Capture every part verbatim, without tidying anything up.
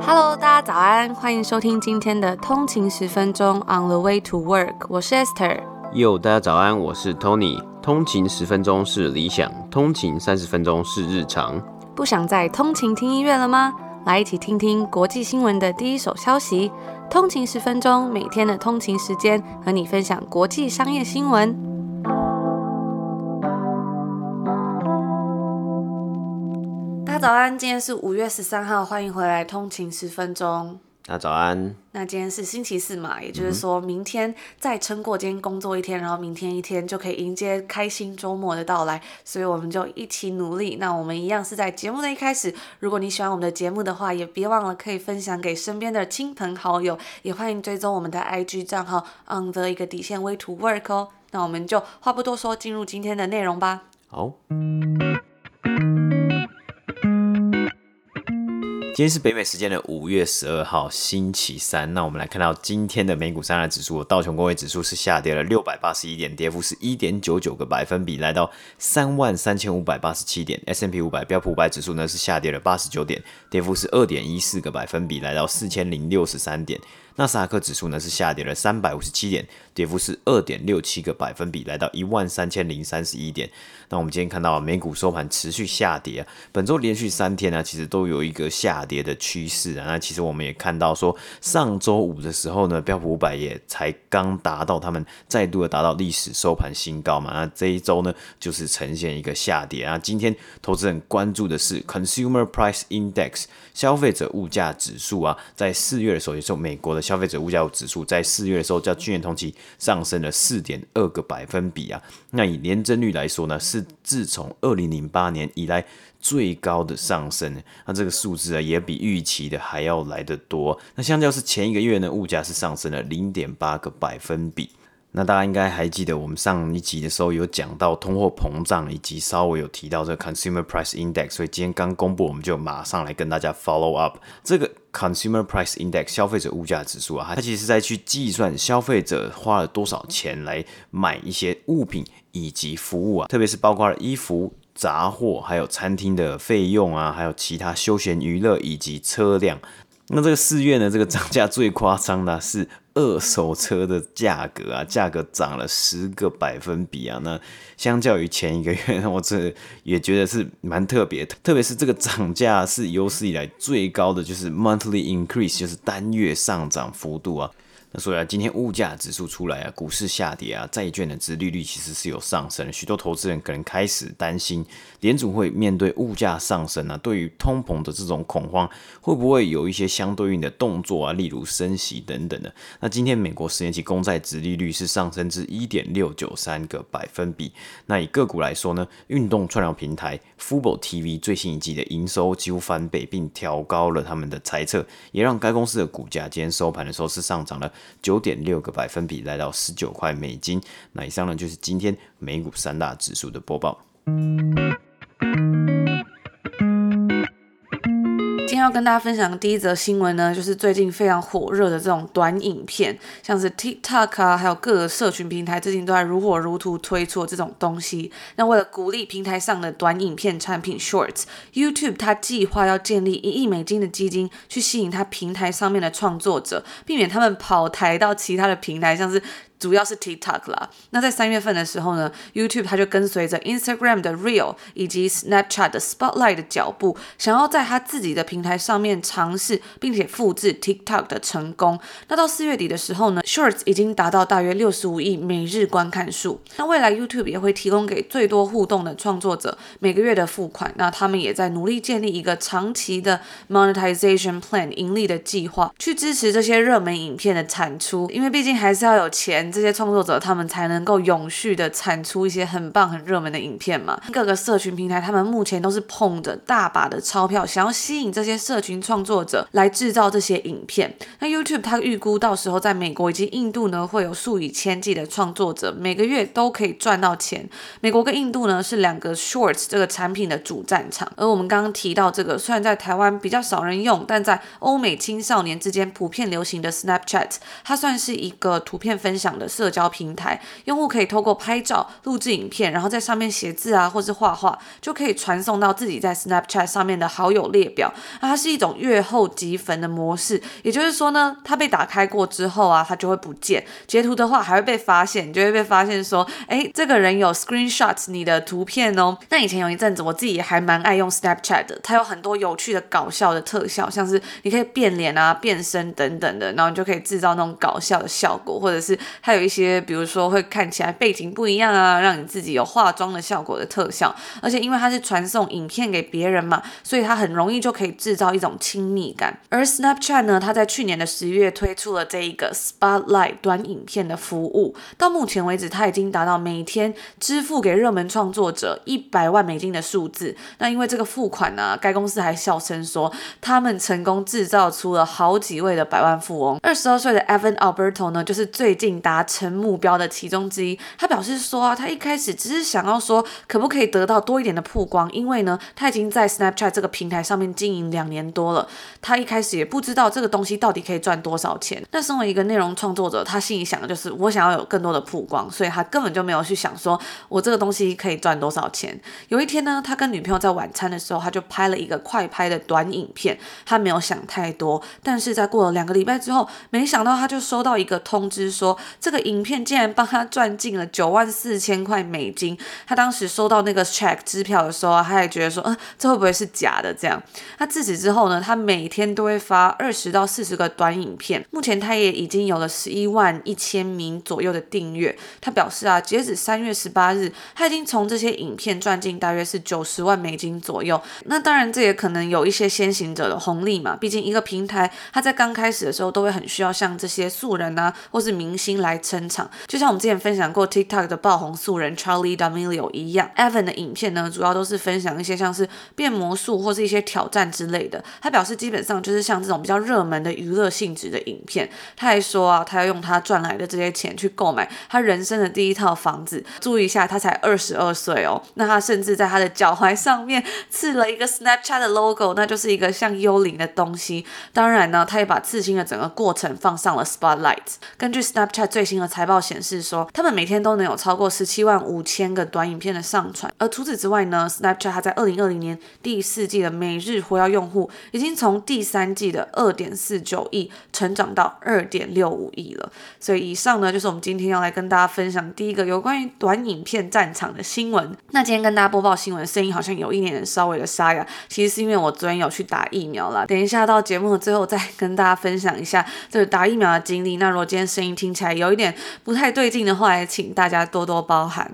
Hello， 大家早安，欢迎收听今天的通勤十分钟 On the way to work， 我是 Esther。 哟，大家早安，我是 Tony。通勤十分钟是理想，通勤三十分钟是日常。 不想再通勤听音乐了吗？来一起听听国际新闻的第一手消息。通勤十分钟，每天的通勤时间和你分享国际商业新闻。大家早安，今天是五月十三号，欢迎回来通勤十分钟。 大家早安。 那今天是星期四嘛，也就是说明天再撑过今天工作一天，然后明天一天就可以迎接开心周末的到来，所以我们就一起努力。那我们一样是在节目的一开始，如果你喜欢我们的节目的话，也别忘了可以分享给身边的亲朋好友，也欢迎追踪我们的 I G 账号 on the 一个底线 way to work 哦。那我们就话不多说，进入今天的内容吧。 好。今天是北美时间的五月十二号，星期三。那我们来看到今天的美股三大指数，道琼工业指数是下跌了六百八十一点，跌幅是 一点九九个百分比，来到三万三千五百八十七点。S and P 五百 标普五百指数呢是下跌了八十九点，跌幅是 二点一四个百分比，来到四千零六十三点。纳斯达克指数呢是下跌了三百五十七点，跌幅是 二点六七个百分比，来到一万三千零三十一点。那我们今天看到美股收盘持续下跌啊，本周连续三天呢，其实都有一个下跌的趋势啊。那其实我们也看到说，上周五的时候呢，标普五百也才刚达到他们再度的达到历史收盘新高嘛。那这一周呢，就是呈现一个下跌啊。今天投资人关注的是 Consumer Price Index 消费者物价指数啊，在四月的时候，也就是美国的消费者物价指数在四月的时候，较去年同期上升了 四点二个百分比啊。那以年增率来说呢，是自从二零零八年以来最高的上升。那这个数字啊，也比预期的还要来得多。那相较是前一个月呢，物价是上升了 零点八个百分比。那大家应该还记得，我们上一集的时候有讲到通货膨胀，以及稍微有提到这个 Consumer Price Index， 所以今天刚公布，我们就马上来跟大家 follow up 这个 Consumer Price Index 消费者物价指数啊，它其实是在去计算消费者花了多少钱来买一些物品以及服务啊，特别是包括了衣服、杂货，还有餐厅的费用啊，还有其他休闲娱乐以及车辆。那这个四月呢，这个涨价最夸张的是二手车的价格啊，价格涨了十个百分比啊。那相较于前一个月，我这也觉得是蛮特别，特别是这个涨价是有史以来最高的，就是 monthly increase， 就是单月上涨幅度啊。那所以啊，今天物价指数出来啊，股市下跌啊，债券的殖利率其实是有上升的，许多投资人可能开始担心，联储会面对物价上升啊，对于通膨的这种恐慌，会不会有一些相对应的动作啊，例如升息等等的。那今天美国十年期公债殖利率是上升至 一点六九三个百分比。那以个股来说呢，运动串流平台 Fubo T V 最新一季的营收几乎翻倍，并调高了他们的财测，也让该公司的股价今天收盘的时候是上涨了九点六个百分比，来到十九块美金。那以上呢就是今天美股三大指数的播报。 今天要跟大家分享的第一则新闻呢，就是最近非常火热的这种短影片，像是 TikTok 啊，还有各个社群平台最近都在如火如荼推出这种东西。那为了鼓励平台上的短影片产品 Shorts， YouTube 它计划要建立一亿美金的基金，去吸引它平台上面的创作者，避免他们跑台到其他的平台，像是主要是 TikTok 啦。那在三月份的时候呢 ，YouTube 它就跟随着 Instagram 的 Reel 以及 Snapchat 的 Spotlight 的脚步，想要在它自己的平台上面尝试并且复制 TikTok 的成功。那到四月底的时候呢 ，Shorts 已经达到大约六十五亿每日观看数。那未来 YouTube 也会提供给最多互动的创作者每个月的付款。那他们也在努力建立一个长期的 monetization plan 盈利的计划，去支持这些热门影片的产出，因为毕竟还是要有钱，这些创作者他们才能够永续的产出一些很棒很热门的影片嘛。各个社群平台他们目前都是碰着大把的钞票，想要吸引这些社群创作者来制造这些影片。那 YouTube 它预估到时候在美国以及印度呢，会有数以千计的创作者每个月都可以赚到钱。美国跟印度呢是两个 Shorts 这个产品的主战场。而我们刚刚提到这个，虽然在台湾比较少人用，但在欧美青少年之间普遍流行的 Snapchat， 它算是一个图片分享的社交平台，用户可以透过拍照、录制影片，然后在上面写字啊，或是画画，就可以传送到自己在 Snapchat 上面的好友列表。那它是一种阅后即焚的模式，也就是说呢，它被打开过之后啊，它就会不见。截图的话还会被发现，你就会被发现说，哎，这个人有 screenshot 你的图片哦。那以前有一阵子，我自己也还蛮爱用 Snapchat 的，它有很多有趣的搞笑的特效，像是你可以变脸啊、变身等等的，然后你就可以制造那种搞笑的效果，或者是还有一些，比如说会看起来背景不一样啊，让你自己有化妆的效果的特效。而且因为它是传送影片给别人嘛，所以它很容易就可以制造一种亲密感。而 Snapchat 呢，它在去年的十月推出了这一个 Spotlight 短影片的服务，到目前为止，它已经达到每天支付给热门创作者一百万美金的数字。那因为这个付款呢、啊，该公司还笑称说，他们成功制造出了好几位的百万富翁。二十二岁的 Evan Alberto 呢，就是最近达成目标的其中之一。他表示说啊，他一开始只是想要说，可不可以得到多一点的曝光，因为呢，他已经在 Snapchat 这个平台上面经营两年多了。他一开始也不知道这个东西到底可以赚多少钱。那身为一个内容创作者，他心里想的就是我想要有更多的曝光，所以他根本就没有去想说我这个东西可以赚多少钱。有一天呢，他跟女朋友在晚餐的时候，他就拍了一个快拍的短影片，他没有想太多。但是在过了两个礼拜之后，没想到他就收到一个通知说，这个影片竟然帮他赚进了九万四千块美金。他当时收到那个 check 支票的时候，他还觉得说，嗯、呃，这会不会是假的？这样。他自此之后呢，他每天都会发二十到四十个短影片。目前他也已经有了十一万一千名左右的订阅。他表示啊，截止三月十八日，他已经从这些影片赚进大约是九十万美金左右。那当然，这也可能有一些先行者的红利嘛。毕竟一个平台，它在刚开始的时候都会很需要像这些素人啊，或是明星来撑场。就像我们之前分享过 TikTok 的爆红素人 Charli D'Amelio 一样 ，Evan 的影片呢，主要都是分享一些像是变魔术或是一些挑战之类的。他表示，基本上就是像这种比较热门的娱乐性质的影片。他还说啊，他要用他赚来的这些钱去购买他人生的第一套房子。注意一下，他才二十二岁哦。那他甚至在他的脚踝上面刺了一个 Snapchat 的 logo， 那就是一个像幽灵的东西。当然呢，他也把刺青的整个过程放上了 Spotlight。根据 Snapchat 最新的财报显示说，他们每天都能有超过十七万五千个短影片的上传。而除此之外呢 ，Snapchat 它在二零二零年第四季的每日活跃用户已经从第三季的 二点四九亿成长到 二点六五亿了。所以以上呢，就是我们今天要来跟大家分享第一个有关于短影片战场的新闻。那今天跟大家播报新闻，声音好像有一点点稍微的沙哑，其实是因为我昨天有去打疫苗啦。等一下到节目的最后再跟大家分享一下这个打疫苗的经历。那如果今天声音听起来有一点不太对劲的话，也请大家多多包涵。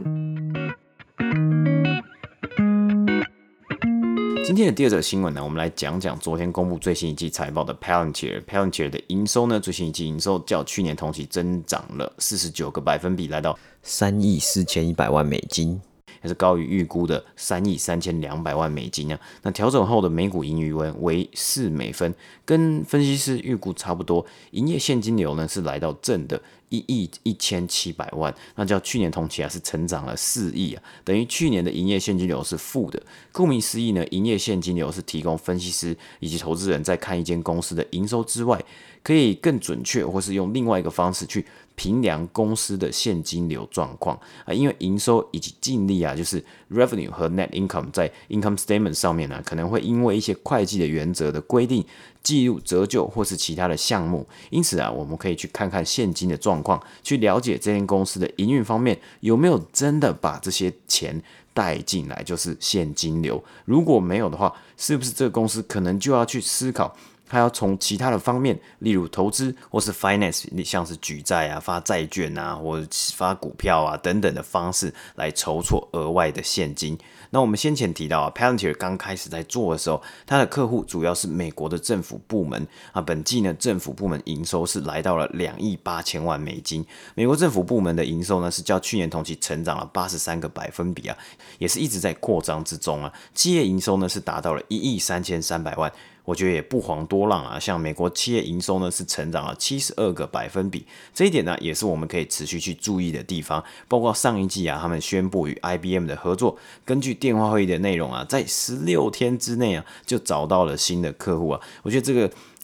今天的第二则新闻呢，我们来讲讲昨天公布最新一季财报的 Palantir。Palantir 的营收呢，最新一季营收较去年同期增长了四十九个百分比，来到三亿四千一百万美金。也是高于预估的三亿三千两百万美金啊。那调整后的每股盈余为四美分，跟分析师预估差不多。营业现金流呢是来到正的一亿一千七百万，那较去年同期啊是成长了四亿啊，等于去年的营业现金流是负的。顾名思义呢，营业现金流是提供分析师以及投资人在看一间公司的营收之外，可以更准确或是用另外一个方式去评量公司的现金流状况啊，因为营收以及净利啊，就是 revenue 和 net income 在 income statement 上面呢、啊，可能会因为一些会计的原则的规定记录折旧或是其他的项目，因此啊，我们可以去看看现金的状况，去了解这间公司的营运方面有没有真的把这些钱带进来，就是现金流。如果没有的话，是不是这个公司可能就要去思考？他要从其他的方面，例如投资或是 finance， 像是举债啊、发债券啊，或者发股票啊等等的方式来筹措额外的现金。那我们先前提到啊 ，Palantir 刚开始在做的时候，它的客户主要是美国的政府部门啊。本季呢，政府部门营收是来到了两亿八千万美金。美国政府部门的营收呢，是较去年同期成长了八十三个百分比啊，也是一直在扩张之中啊。企业营收呢是达到了一亿三千三百万。我觉得也不遑多让啊，像美国企业营收呢是成长了七十二个百分比，这一点呢也是我们可以持续去注意的地方。包括上一季啊，他们宣布与 I B M 的合作，根据电话会议的内容啊，在十六天之内啊就找到了新的客户啊。我觉得这个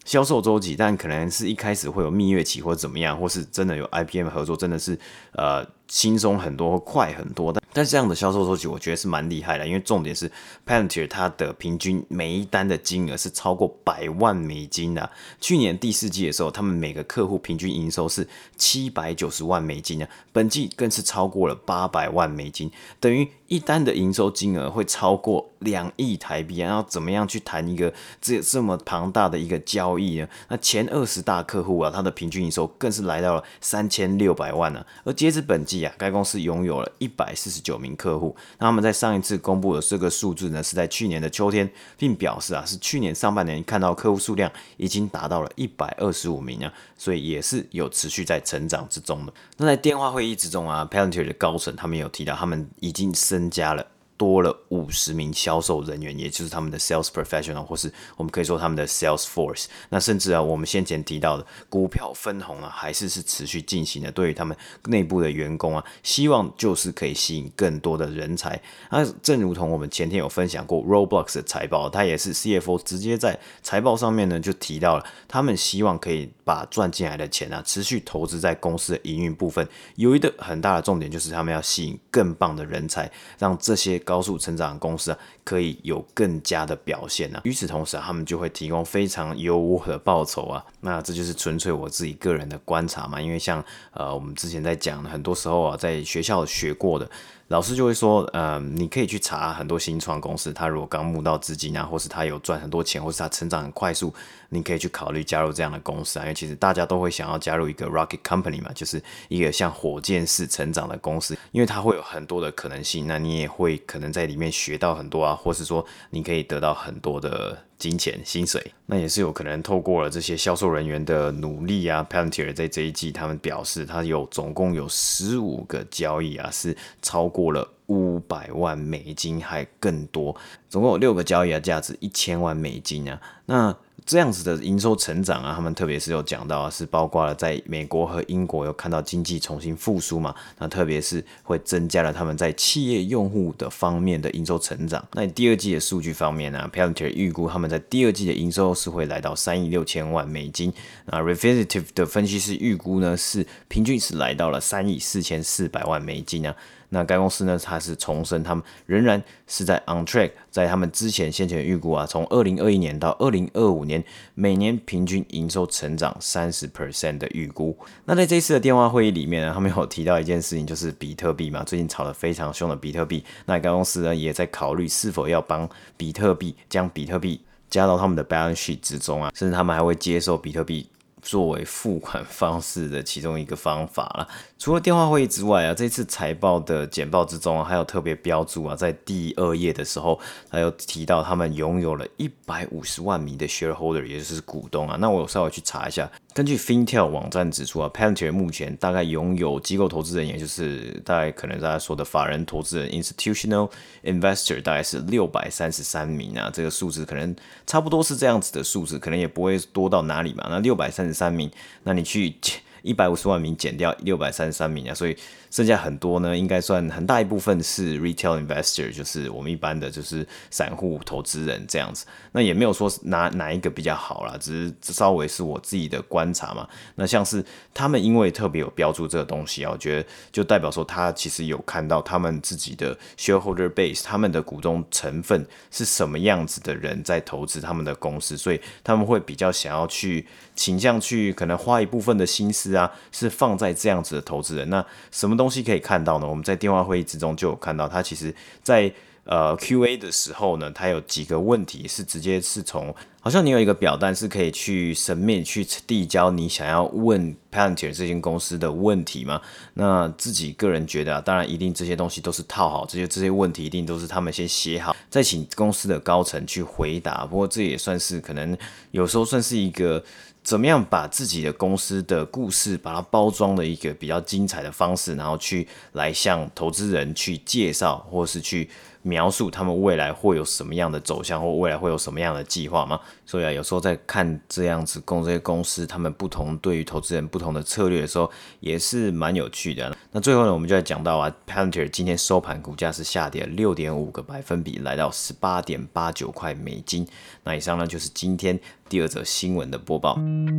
销售周期，但可能是一开始会有蜜月期或者怎么样，或是真的有 I P M 合作，真的是呃轻松很多、快很多。但但这样的销售周期，我觉得是蛮厉害的，因为重点是 Palantir 它的平均每一单的金额是超过百万美金的、啊。去年第四季的时候，他们每个客户平均营收是七百九十万美金啊，本季更是超过了八百万美金，等于一单的营收金额会超过两亿台币啊！然后怎么样去谈一个这这么庞大的一个交易呢？那前二十大客户啊，它的平均营收更是来到了三千六百万啊！而截至本季啊，该公司拥有了一百四十九名客户。那他们在上一次公布的这个数字呢，是在去年的秋天，并表示啊，是去年上半年看到客户数量已经达到了一百二十五名啊，所以也是有持续在成长之中的。那在电话会议之中啊 ，Palantir 的高层他们有提到，他们已经增加了多了五十名销售人员，也就是他们的 sales professional， 或是我们可以说他们的 sales force。那甚至啊，我们先前提到的股票分红啊，还是是持续进行的。对于他们内部的员工啊，希望就是可以吸引更多的人才。那正如同我们前天有分享过 Roblox 的财报，它也是 C F O 直接在财报上面呢就提到了，他们希望可以把赚进来的钱啊，持续投资在公司的营运部分。有一个很大的重点就是他们要吸引更棒的人才，让这些高速成长的公司啊，可以有更加的表现啊。与此同时啊，他们就会提供非常优渥的报酬啊。那这就是纯粹我自己个人的观察嘛，因为像呃我们之前在讲，很多时候啊，在学校学过的。老师就会说，呃，你可以去查很多新创公司，他如果刚募到资金啊，或是他有赚很多钱，或是他成长很快速，你可以去考虑加入这样的公司啊。因为其实大家都会想要加入一个 rocket company 嘛，就是一个像火箭式成长的公司，因为它会有很多的可能性，那你也会可能在里面学到很多啊，或是说你可以得到很多的金钱薪水，那也是有可能透过了这些销售人员的努力啊。Palantir 在这一季，他们表示他有总共有十五个交易啊，是超过了五百万美金还更多，总共有六个交易啊，价值一千万美金啊。那这样子的营收成长啊，他们特别是有讲到啊，是包括了在美国和英国有看到经济重新复苏嘛，那特别是会增加了他们在企业用户的方面的营收成长。那第二季的数据方面呢、啊、，Palantir 预估他们在第二季的营收是会来到三亿六千万美金，那 Refinitiv 的分析师预估呢是平均是来到了三亿四千四百万美金啊。那该公司呢，它是重申他们仍然是在 on track， 在他们之前先前预估啊，从二零二一年到二零二五年，每年平均营收成长 百分之三十 的预估。那在这一次的电话会议里面呢，他们有提到一件事情，就是比特币嘛，最近炒得非常凶的比特币。那该公司呢，也在考虑是否要帮比特币将比特币加到他们的 balance sheet 之中啊，甚至他们还会接受比特币作为付款方式的其中一个方法啦。除了电话会议之外啊，这次财报的简报之中啊，还有特别标注啊，在第二页的时候，还有提到他们拥有了一百五十万名的 shareholder， 也就是股东啊。那我有稍微去查一下，根据 Fintel 网站指出啊 ，Palantir 目前大概拥有机构投资人，也就是大概可能大家说的法人投资人 （institutional investor） 大概是六百三十三名啊。这个数字可能差不多是这样子的数字，可能也不会多到哪里嘛。那六百三十三名，那你去一百五十万名减掉六百三十三名啊，所以剩下很多呢，应该算很大一部分是 retail investor， 就是我们一般的就是散户投资人这样子。那也没有说哪哪一个比较好啦，只是稍微是我自己的观察嘛。那像是他们因为特别有标注这个东西啊，我觉得就代表说他其实有看到他们自己的 shareholder base， 他们的股东成分是什么样子的人在投资他们的公司，所以他们会比较想要去倾向去可能花一部分的心思啊，是放在这样子的投资人。那什么东西可以看到呢？我们在电话会议之中就有看到，他其实在呃 Q A 的时候呢，他有几个问题是直接是从，好像你有一个表单是可以去 submit 去递交你想要问 Palantir 这间公司的问题嘛。那自己个人觉得啊，当然一定这些东西都是套好，这些这些问题一定都是他们先写好，再请公司的高层去回答。不过这也算是可能有时候算是一个怎么样把自己的公司的故事把它包装的一个比较精彩的方式，然后去来向投资人去介绍，或是去描述他们未来会有什么样的走向，或未来会有什么样的计划吗？ 所以啊，有时候在看这样子公这些公司他们不同对于投资人不同的策略的时候，也是蛮有趣的。那最后呢，我们就来讲到啊 Palantir 今天收盘股价是下跌了 六点五个百分比，来到十八点八九块美金。那以上呢就是今天第二则新闻的播报。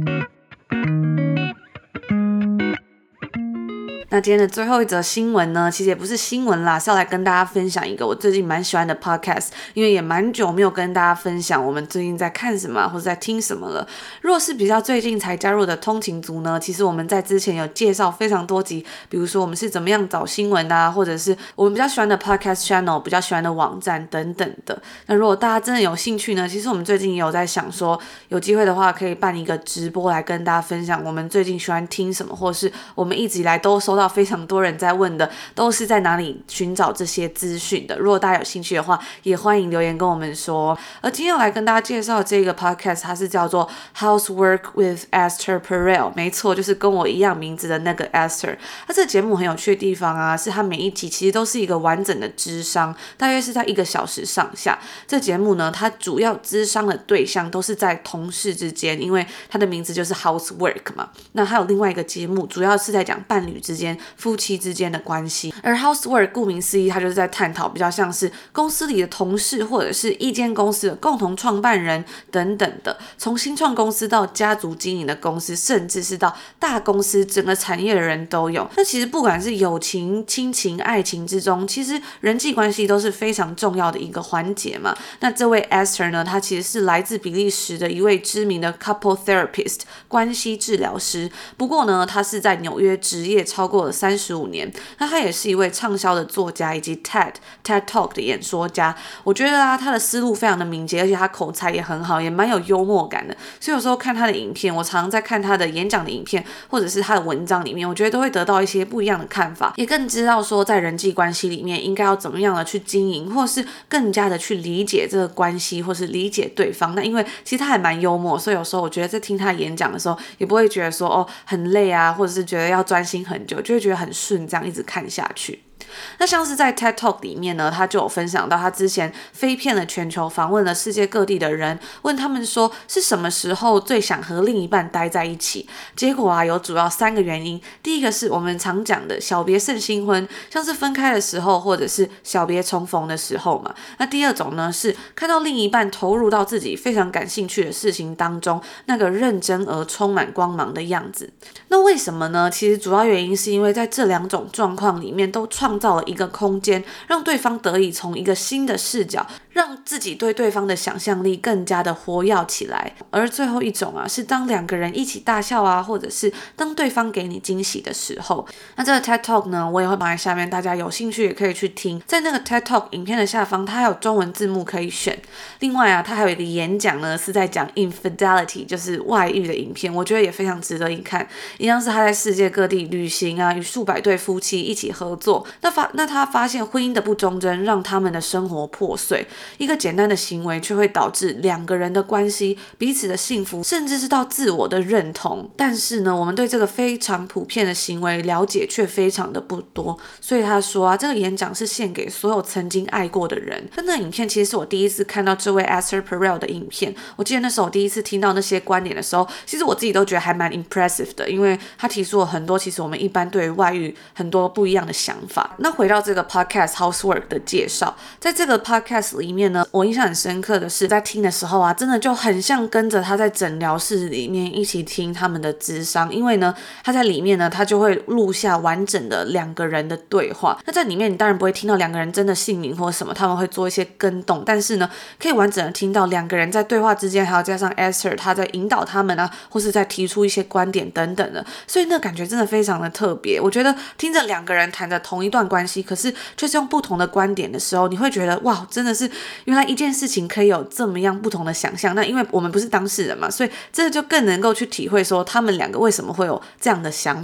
那今天的最后一则新闻呢，其实也不是新闻啦，是要来跟大家分享一个我最近蛮喜欢的 podcast， 因为也蛮久没有跟大家分享我们最近在看什么或者在听什么了。如果是比较最近才加入的通勤族呢，其实我们在之前有介绍非常多集，比如说我们是怎么样找新闻啊，或者是我们比较喜欢的 podcast channel、比较喜欢的网站等等的。那如果大家真的有兴趣呢，其实我们最近也有在想说，有机会的话可以办一个直播来跟大家分享我们最近喜欢听什么，或者是我们一直以来都收到非常多人在问的都是在哪里寻找这些资讯的。如果大家有兴趣的话，也欢迎留言跟我们说。而今天我来跟大家介绍这个 podcast， 它是叫做 Housework with Esther Perel， 没错，就是跟我一样名字的那个 Esther。那这个节目很有趣的地方啊，是它每一集其实都是一个完整的咨商，大约是在一个小时上下。这节目呢，它主要咨商的对象都是在同事之间，因为它的名字就是 Housework 嘛。那还有另外一个节目，主要是在讲伴侣之间、夫妻之间的关系。而 Housework 顾名思义，它就是在探讨比较像是公司里的同事，或者是一间公司的共同创办人等等的，从新创公司到家族经营的公司，甚至是到大公司，整个产业的人都有。那其实不管是友情、亲情、爱情之中，其实人际关系都是非常重要的一个环节嘛。那这位 Esther 呢，她其实是来自比利时的一位知名的 couple therapist 关系治疗师。不过呢，她是在纽约职业超过了三十五年。那她也是一位畅销的作家，以及 TED TED Talk 的演说家。我觉得啊，她的思路非常的敏捷，而且她口才也很好，也蛮有幽默感的。所以有时候看她的影片，我常常在看她的演讲的影片，或者是她的文章里面，我觉得都会得到一些不一样的看法，也更知道说在人际关系里面应该要怎么样的去经营，或是更加的去理解这个关系，或是理解对方。那因为其实她还蛮幽默，所以有时候我觉得在听她演讲的时候，也不会觉得说哦很累啊，或者是觉得要专心很久，就会觉得很顺，这样一直看下去。那像是在 TED Talk 里面呢，他就有分享到他之前飞遍了全球，访问了世界各地的人，问他们说是什么时候最想和另一半待在一起。结果啊，有主要三个原因。第一个是我们常讲的小别胜新婚，像是分开的时候，或者是小别重逢的时候嘛。那第二种呢，是看到另一半投入到自己非常感兴趣的事情当中，那个认真而充满光芒的样子。那为什么呢？其实主要原因是因为在这两种状况里面都创造了一个空间，让对方得以从一个新的视角，让自己对对方的想象力更加的活跃起来。而最后一种啊，是当两个人一起大笑啊，或者是当对方给你惊喜的时候。那这个 TED Talk 呢，我也会放在下面，大家有兴趣也可以去听。在那个 TED Talk 影片的下方，它还有中文字幕可以选。另外啊，它还有一个演讲呢，是在讲 infidelity， 就是外遇的影片，我觉得也非常值得一看。一样是他在世界各地旅行啊，与数百对夫妻一起合作。那发那他发现婚姻的不忠贞让他们的生活破碎，一个简单的行为却会导致两个人的关系、彼此的幸福，甚至是到自我的认同。但是呢，我们对这个非常普遍的行为了解却非常的不多。所以他说啊，这个演讲是献给所有曾经爱过的人。那那影片其实是我第一次看到这位 Esther Perel 的影片。我记得那时候我第一次听到那些观点的时候，其实我自己都觉得还蛮 impressive 的，因为他提出了很多其实我们一般对于外遇很多不一样的想法。那回到这个 podcast Housework 的介绍，在这个 podcast 里面呢，我印象很深刻的是在听的时候啊，真的就很像跟着他在诊疗室里面一起听他们的咨商。因为呢，他在里面呢，他就会录下完整的两个人的对话。那在里面你当然不会听到两个人真的姓名或什么，他们会做一些更动，但是呢，可以完整的听到两个人在对话之间，还要加上 Esther 他在引导他们啊，或是在提出一些观点等等的，所以那感觉真的非常的特别。我觉得听着两个人谈着同一段关系，可是却是用不同的观点的时候，你会觉得哇，真的是原来一件事情可以有这么样不同的想象。那因为我们不是当事人嘛，所以这就更能够去体会说他们两个为什么会有这样的想法。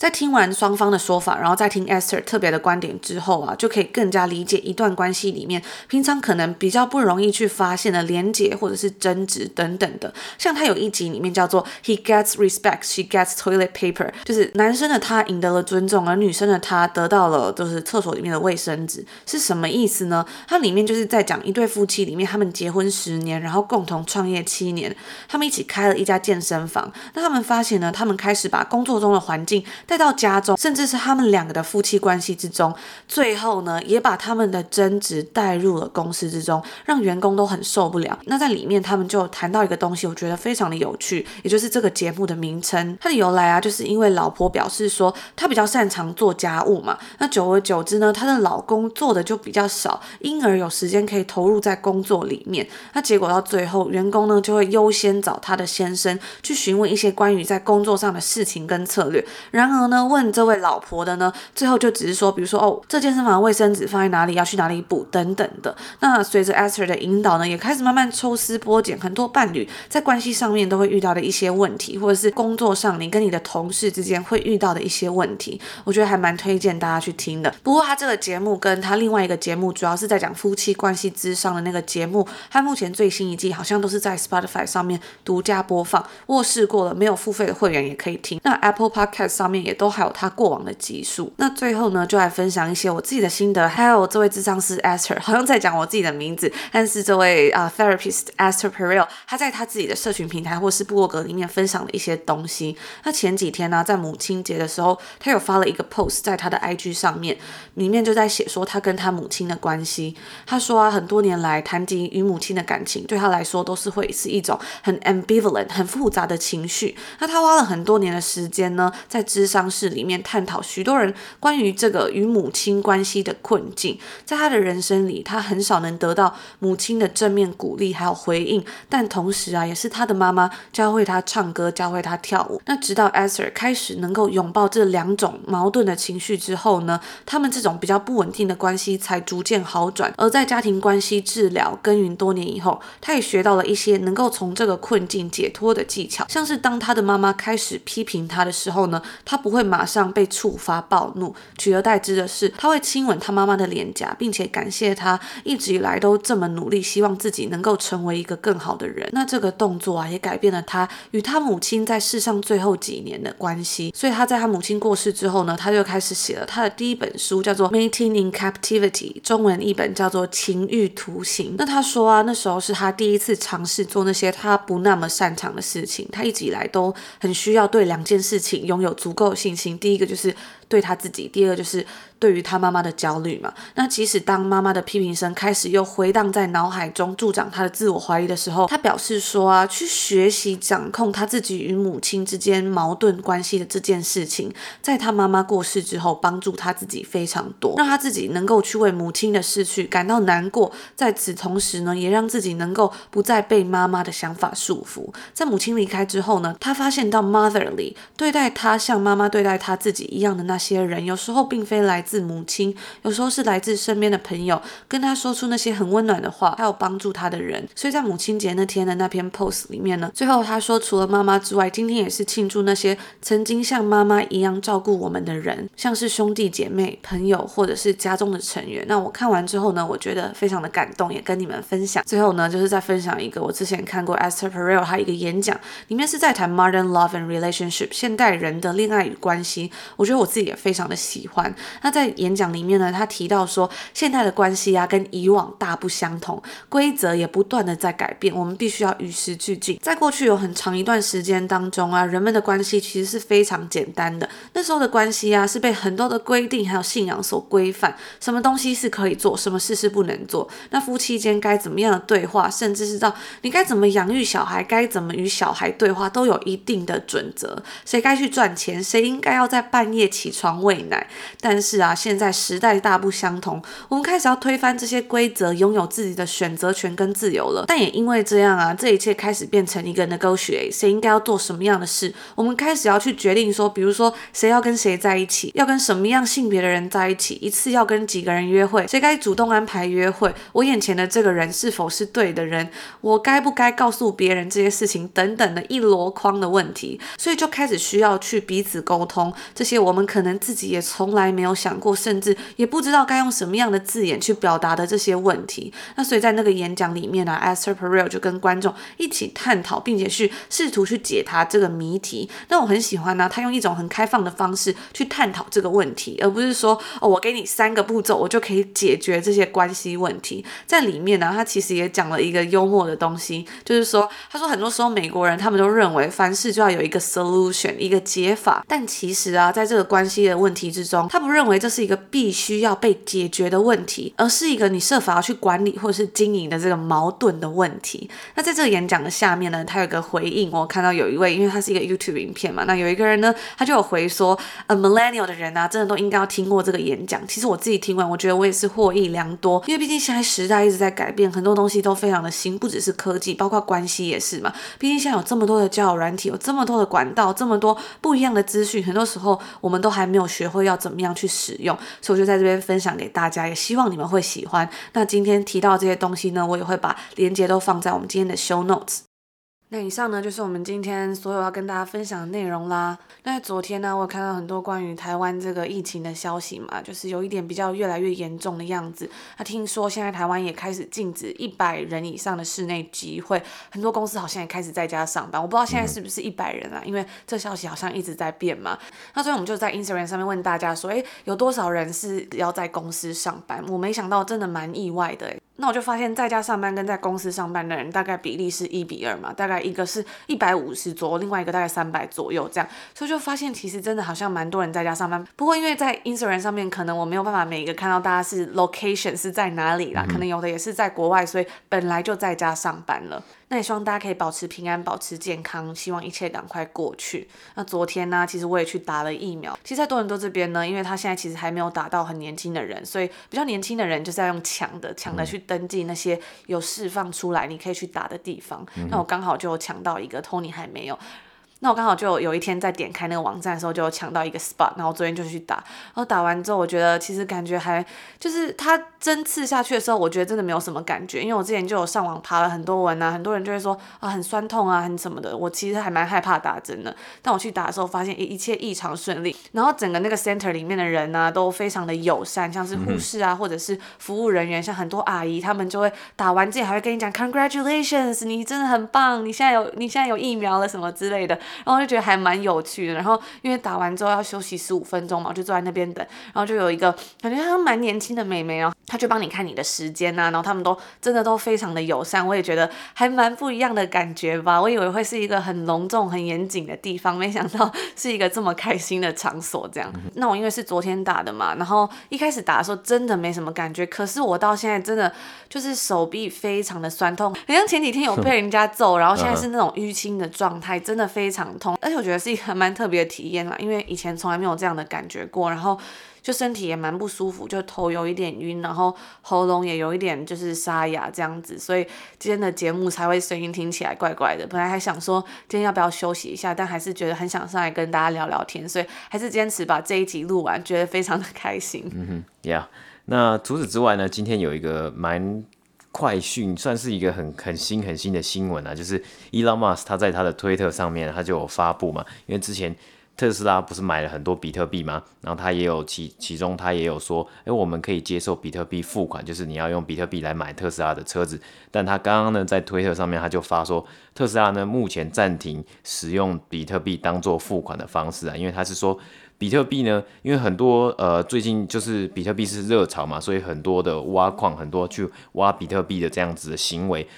在听完双方的说法，然后再听 Esther 特别的观点之后啊，就可以更加理解一段关系里面平常可能比较不容易去发现的连结或者是争执等等的。像他有一集里面叫做 He gets respect, she gets toilet paper， 就是男生的他赢得了尊重，而女生的他得到了就是厕所里面的卫生纸，是什么意思呢？它里面就是在讲一对夫妻里面，他们结婚十年，然后共同创业七年，他们一起开了一家健身房。那他们发现呢，他们开始把工作中的环境带到家中，甚至是他们两个的夫妻关系之中，最后呢，也把他们的争执带入了公司之中，让员工都很受不了。那在里面他们就谈到一个东西，我觉得非常的有趣，也就是这个节目的名称。它的由来啊，就是因为老婆表示说她比较擅长做家务嘛，那久而久之呢，她的老公做的就比较少，因而有时间可以投入在工作里面。那结果到最后，员工呢就会优先找他的先生去询问一些关于在工作上的事情跟策略。然而呢，问这位老婆的呢，最后就只是说，比如说哦，这健身房的卫生纸放在哪里，要去哪里补等等的。那随着 Esther 的引导呢，也开始慢慢抽丝剥茧，很多伴侣在关系上面都会遇到的一些问题，或者是工作上你跟你的同事之间会遇到的一些问题，我觉得还蛮推荐大家去听的。不过他这个节目跟他另外一个节目主要是在讲夫妻关系之上的那个节目，他目前最新一季好像都是在 Spotify 上面独家播放，我有试过了，没有付费的会员也可以听。那 Apple Podcast 上面也都还有他过往的集数。那最后呢，就来分享一些我自己的心得，还有这位諮商師 Esther 好像在讲我自己的名字，但是这位、uh, therapist Esther Perel 他在他自己的社群平台或是部落格里面分享的一些东西。那前几天呢、啊，在母亲节的时候，他有发了一个 post 在他的 I G 上面，里面就在写说他跟他母亲的关系。他说啊，很多年来谈及与母亲的感情，对他来说都是会是一种很 ambivalent 很复杂的情绪。那他花了很多年的时间呢，在諮商室里面探讨许多人关于这个与母亲关系的困境。在他的人生里，他很少能得到母亲的正面鼓励还有回应，但同时啊，也是他的妈妈教会他唱歌，教会他跳舞。那直到 Esther 开始能够拥抱这两种矛盾的情绪之后呢，他们这种比较不稳定的关系才逐渐好转。而在家庭关系治疗耕耘多年以后，他也学到了一些能够从这个困境解脱的技巧，像是当他的妈妈开始批评他的时候呢，他不会马上被触发暴怒，取而代之的是他会亲吻他妈妈的脸颊，并且感谢他一直以来都这么努力，希望自己能够成为一个更好的人。那这个动作啊，也改变了他与他母亲在世上最后几年的关系。所以他在他母亲过世之后呢，他就开始写了他的第一本书，叫做 Mating in Captivity， 中文译本叫做情欲图形。那他说啊，那时候是他第一次尝试做那些他不那么擅长的事情。他一直以来都很需要对两件事情拥有足够的信心，第一个就是对他自己，第二个就是对于他妈妈的焦虑嘛。那即使当妈妈的批评声开始又回荡在脑海中，助长他的自我怀疑的时候，他表示说啊，去学习掌控他自己与母亲之间矛盾关系的这件事情，在他妈妈过世之后帮助他自己非常多，让他自己能够去为母亲的逝去感到难过，在此同时呢，也让自己能够不再被妈妈的想法束缚。在母亲离开之后呢，他发现到 motherly 对待他像妈妈对待他自己一样的那些人，有时候并非来自母亲，有时候是来自身边的朋友，跟他说出那些很温暖的话，还有帮助他的人。所以在母亲节那天的那篇 post 里面呢，最后他说，除了妈妈之外，今天也是庆祝那些曾经像妈妈一样照顾我们的人，像是兄弟姐妹、朋友或者是家中的成员。那我看完之后呢，我觉得非常的感动，也跟你们分享。最后呢，就是再分享一个我之前看过 Esther Perel 他一个演讲，里面是在谈 modern love and relationship 现代人的恋爱与关系，我觉得我自己也非常的喜欢。那在演讲里面呢，他提到说，现代的关系啊跟以往大不相同，规则也不断的在改变，我们必须要与时俱进。在过去有很长一段时间当中啊，人们的关系其实是非常简单的，那时候的关系啊是被很多的规定还有信仰所规范，什么东西是可以做，什么事是不能做，那夫妻间该怎么样的对话，甚至是到你该怎么养育小孩，该怎么与小孩对话，都有一定的准则。谁该去赚钱，谁应该要在半夜起床喂奶。但是啊，现在时代大不相同，我们开始要推翻这些规则，拥有自己的选择权跟自由了。但也因为这样啊，这一切开始变成一个 negotiate， 谁应该要做什么样的事，我们开始要去决定说，比如说谁要跟谁在一起，要跟什么样性别的人在一起，一次要跟几个人约会，谁该主动安排约会，我眼前的这个人是否是对的人，我该不该告诉别人这些事情等等的一箩筐的问题。所以就开始需要去彼此沟通，这些我们可能自己也从来没有想过，甚至也不知道该用什么样的字眼去表达的这些问题。那所以在那个演讲里面呢、啊、Esther Perel 就跟观众一起探讨，并且去试图去解答这个谜题。那我很喜欢呢、啊，他用一种很开放的方式去探讨这个问题，而不是说哦，我给你三个步骤，我就可以解决这些关系问题。在里面呢、啊，他其实也讲了一个幽默的东西，就是说，他说很多时候美国人他们都认为凡事就要有一个 solution， 一个解法，但其实啊，在这个关系的问题之中，他不认为这是一个必须要被解决的问题，而是一个你设法要去管理或者是经营的这个矛盾的问题。那在这个演讲的下面呢，他有一个回应，我看到有一位，因为他是一个 YouTube 影片嘛，那有一个人呢，他就有回说，呃 millennial 的人啊，真的都应该要听过这个演讲。其实我自己听完，我觉得我也是获益良多，因为毕竟现在时代一直在改变，很多东西都非常的新，不只是科技，包括关系也是嘛。毕竟现在有这么多的交友软体，有这么多的管道，这么多不一样的资讯，很多时候我们都还没有学会要怎么样去使用，所以我就在这边分享给大家，也希望你们会喜欢。那今天提到这些东西呢，我也会把连结都放在我们今天的 show notes。那以上呢就是我们今天所有要跟大家分享的内容啦。那昨天呢，我有看到很多关于台湾这个疫情的消息嘛，就是有一点比较越来越严重的样子。那听说现在台湾也开始禁止一百人以上的室内集会，很多公司好像也开始在家上班。我不知道现在是不是一百人啊，因为这消息好像一直在变嘛。那所以我们就在 Instagram 上面问大家说，诶，有多少人是要在公司上班？我没想到，真的蛮意外的诶。那我就发现在家上班跟在公司上班的人大概比例是一比二嘛，大概一个是一百五十左右，另外一个大概三百左右这样，所以就发现其实真的好像蛮多人在家上班。不过因为在 Instagram 上面可能我没有办法每一个看到大家是 location 是在哪里啦，可能有的也是在国外，所以本来就在家上班了。那也希望大家可以保持平安，保持健康，希望一切赶快过去。那昨天呢，其实我也去打了疫苗。其实在多伦多这边呢，因为他现在其实还没有打到很年轻的人，所以比较年轻的人就是要用抢的，抢的去登记那些有释放出来你可以去打的地方。嗯、那我刚好就有抢到一个 ，Tony 还没有。那我刚好就有一天在点开那个网站的时候，就有抢到一个 spot， 然后我昨天就去打，然后打完之后，我觉得其实感觉还就是它针刺下去的时候，我觉得真的没有什么感觉，因为我之前就有上网爬了很多文啊，很多人就会说啊很酸痛啊，很什么的，我其实还蛮害怕打针的，但我去打的时候发现一切异常顺利，然后整个那个 center 里面的人啊都非常的友善，像是护士啊或者是服务人员，像很多阿姨他们就会打完之前还会跟你讲 congratulations， 你真的很棒，你现在有你现在有疫苗了什么之类的。然后就觉得还蛮有趣的，然后因为打完之后要休息十五分钟嘛，我就坐在那边等，然后就有一个感觉她蛮年轻的妹妹，然后她就帮你看你的时间啊，然后他们都真的都非常的友善，我也觉得还蛮不一样的感觉吧。我以为会是一个很隆重很严谨的地方，没想到是一个这么开心的场所这样。那我因为是昨天打的嘛，然后一开始打的时候真的没什么感觉，可是我到现在真的就是手臂非常的酸痛，好像前几天有被人家揍，然后现在是那种淤青的状态，真的非常痛，而且我觉得是一个蛮特别的体验啦，因为以前从来没有这样的感觉过，然后就身体也蛮不舒服，就头有一点晕，然后喉咙也有一点就是沙哑这样子，所以今天的节目才会声音听起来怪怪的。本来还想说今天要不要休息一下，但还是觉得很想上来跟大家聊聊天，所以还是坚持把这一集录完，觉得非常的开心。 嗯哼 ，Yeah。那除此之外呢，今天有一个蛮快讯，算是一个很很新很新的新闻啊，就是 Elon Musk 他在他的推特上面他就有发布嘛，因为之前特斯拉不是买了很多比特币吗？然后他也有其其中他也有说，哎，我们可以接受比特币付款，就是你要用比特币来买特斯拉的车子。但他刚刚呢在推特上面他就发说，特斯拉呢目前暂停使用比特币当做付款的方式啊，因为他是说比特币呢，因为很多呃最近就是比特币是热潮嘛，所以很多的挖矿，很多去挖比特币的这样子的行为。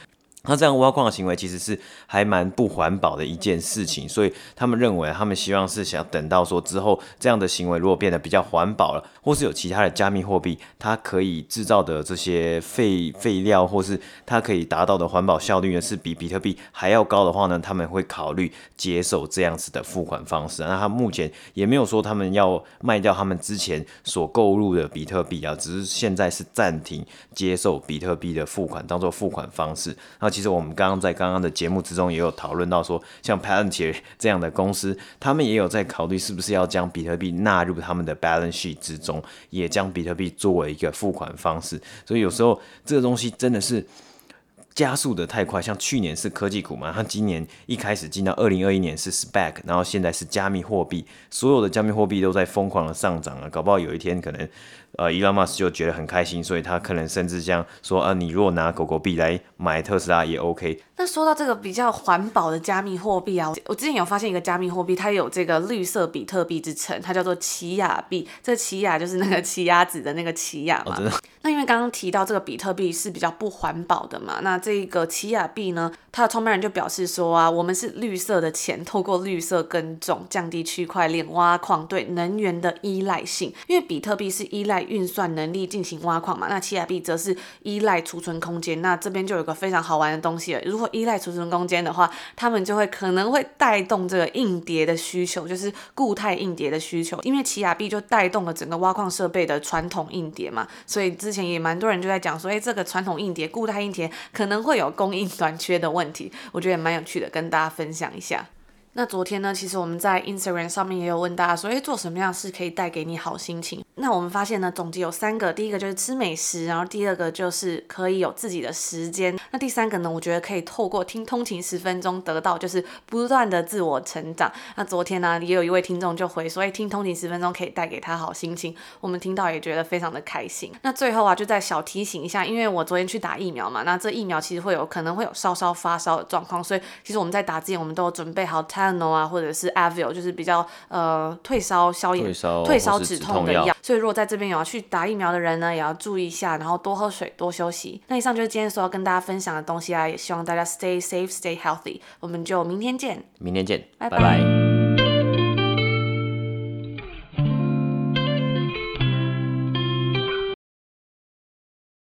那这样挖矿的行为其实是还蛮不环保的一件事情，所以他们认为，他们希望是想等到说之后这样的行为如果变得比较环保了，或是有其他的加密货币，它可以制造的这些废废料，或是它可以达到的环保效率呢，是比比特币还要高的话呢，他们会考虑接受这样子的付款方式。那他目前也没有说他们要卖掉他们之前所购入的比特币啊，只是现在是暂停接受比特币的付款当做付款方式。那其实我们刚刚在刚刚的节目之中也有讨论到说，像 Palantir 这样的公司，他们也有在考虑是不是要将比特币纳入他们的 balance sheet 之中，也将比特币作为一个付款方式。所以有时候这个东西真的是加速的太快，像去年是科技股嘛，它今年一开始进到二零二一年是 S P A C， 然后现在是加密货币，所有的加密货币都在疯狂的上涨啊，搞不好有一天可能呃 Elon Musk 就觉得很开心，所以他可能甚至这样说啊，你如果拿狗狗币来买特斯拉也 OK。 那说到这个比较环保的加密货币啊，我之前有发现一个加密货币，它有这个绿色比特币之称，它叫做奇亚币。这奇亚就是那个奇亚籽的那个奇亚嘛。 哦，真的。 那因为刚刚提到这个比特币是比较不环保的嘛，那这个奇亚币呢，它的创办人就表示说啊，我们是绿色的钱，透过绿色耕种，降低区块链挖矿对能源的依赖性。因为比特币是依赖运算能力进行挖矿嘛，那奇亚币则是依赖储存空间。那这边就有一个非常好玩的东西了，如果依赖储存空间的话，他们就会可能会带动这个硬碟的需求，就是固态硬碟的需求，因为奇亚币就带动了整个挖矿设备的传统硬碟嘛，所以之前也蛮多人就在讲说，哎，这个传统硬碟、固态硬碟可能会有供应短缺的问题，我觉得也蛮有趣的，跟大家分享一下。那昨天呢，其实我们在 Instagram 上面也有问大家说，哎，做什么样的事可以带给你好心情？那我们发现呢，总结有三个，第一个就是吃美食，然后第二个就是可以有自己的时间，那第三个呢，我觉得可以透过听通勤十分钟得到就是不断的自我成长。那昨天呢，也有一位听众就回说，哎，听通勤十分钟可以带给他好心情，我们听到也觉得非常的开心。那最后啊，就再小提醒一下，因为我昨天去打疫苗嘛，那这疫苗其实会有可能会有稍稍发烧的状况，所以其实我们在打之前，我们都有准备好 Tylenol 啊，或者是 Avil， 就是比较呃退烧消炎、退烧止痛的药。所以如果在这边有要去打疫苗的人呢，也要注意一下，然后多喝水、多休息。那以上就是今天所要跟大家分享的东西啊，也希望大家 stay safe, stay healthy。我们就明天见， 明天见， 拜拜拜。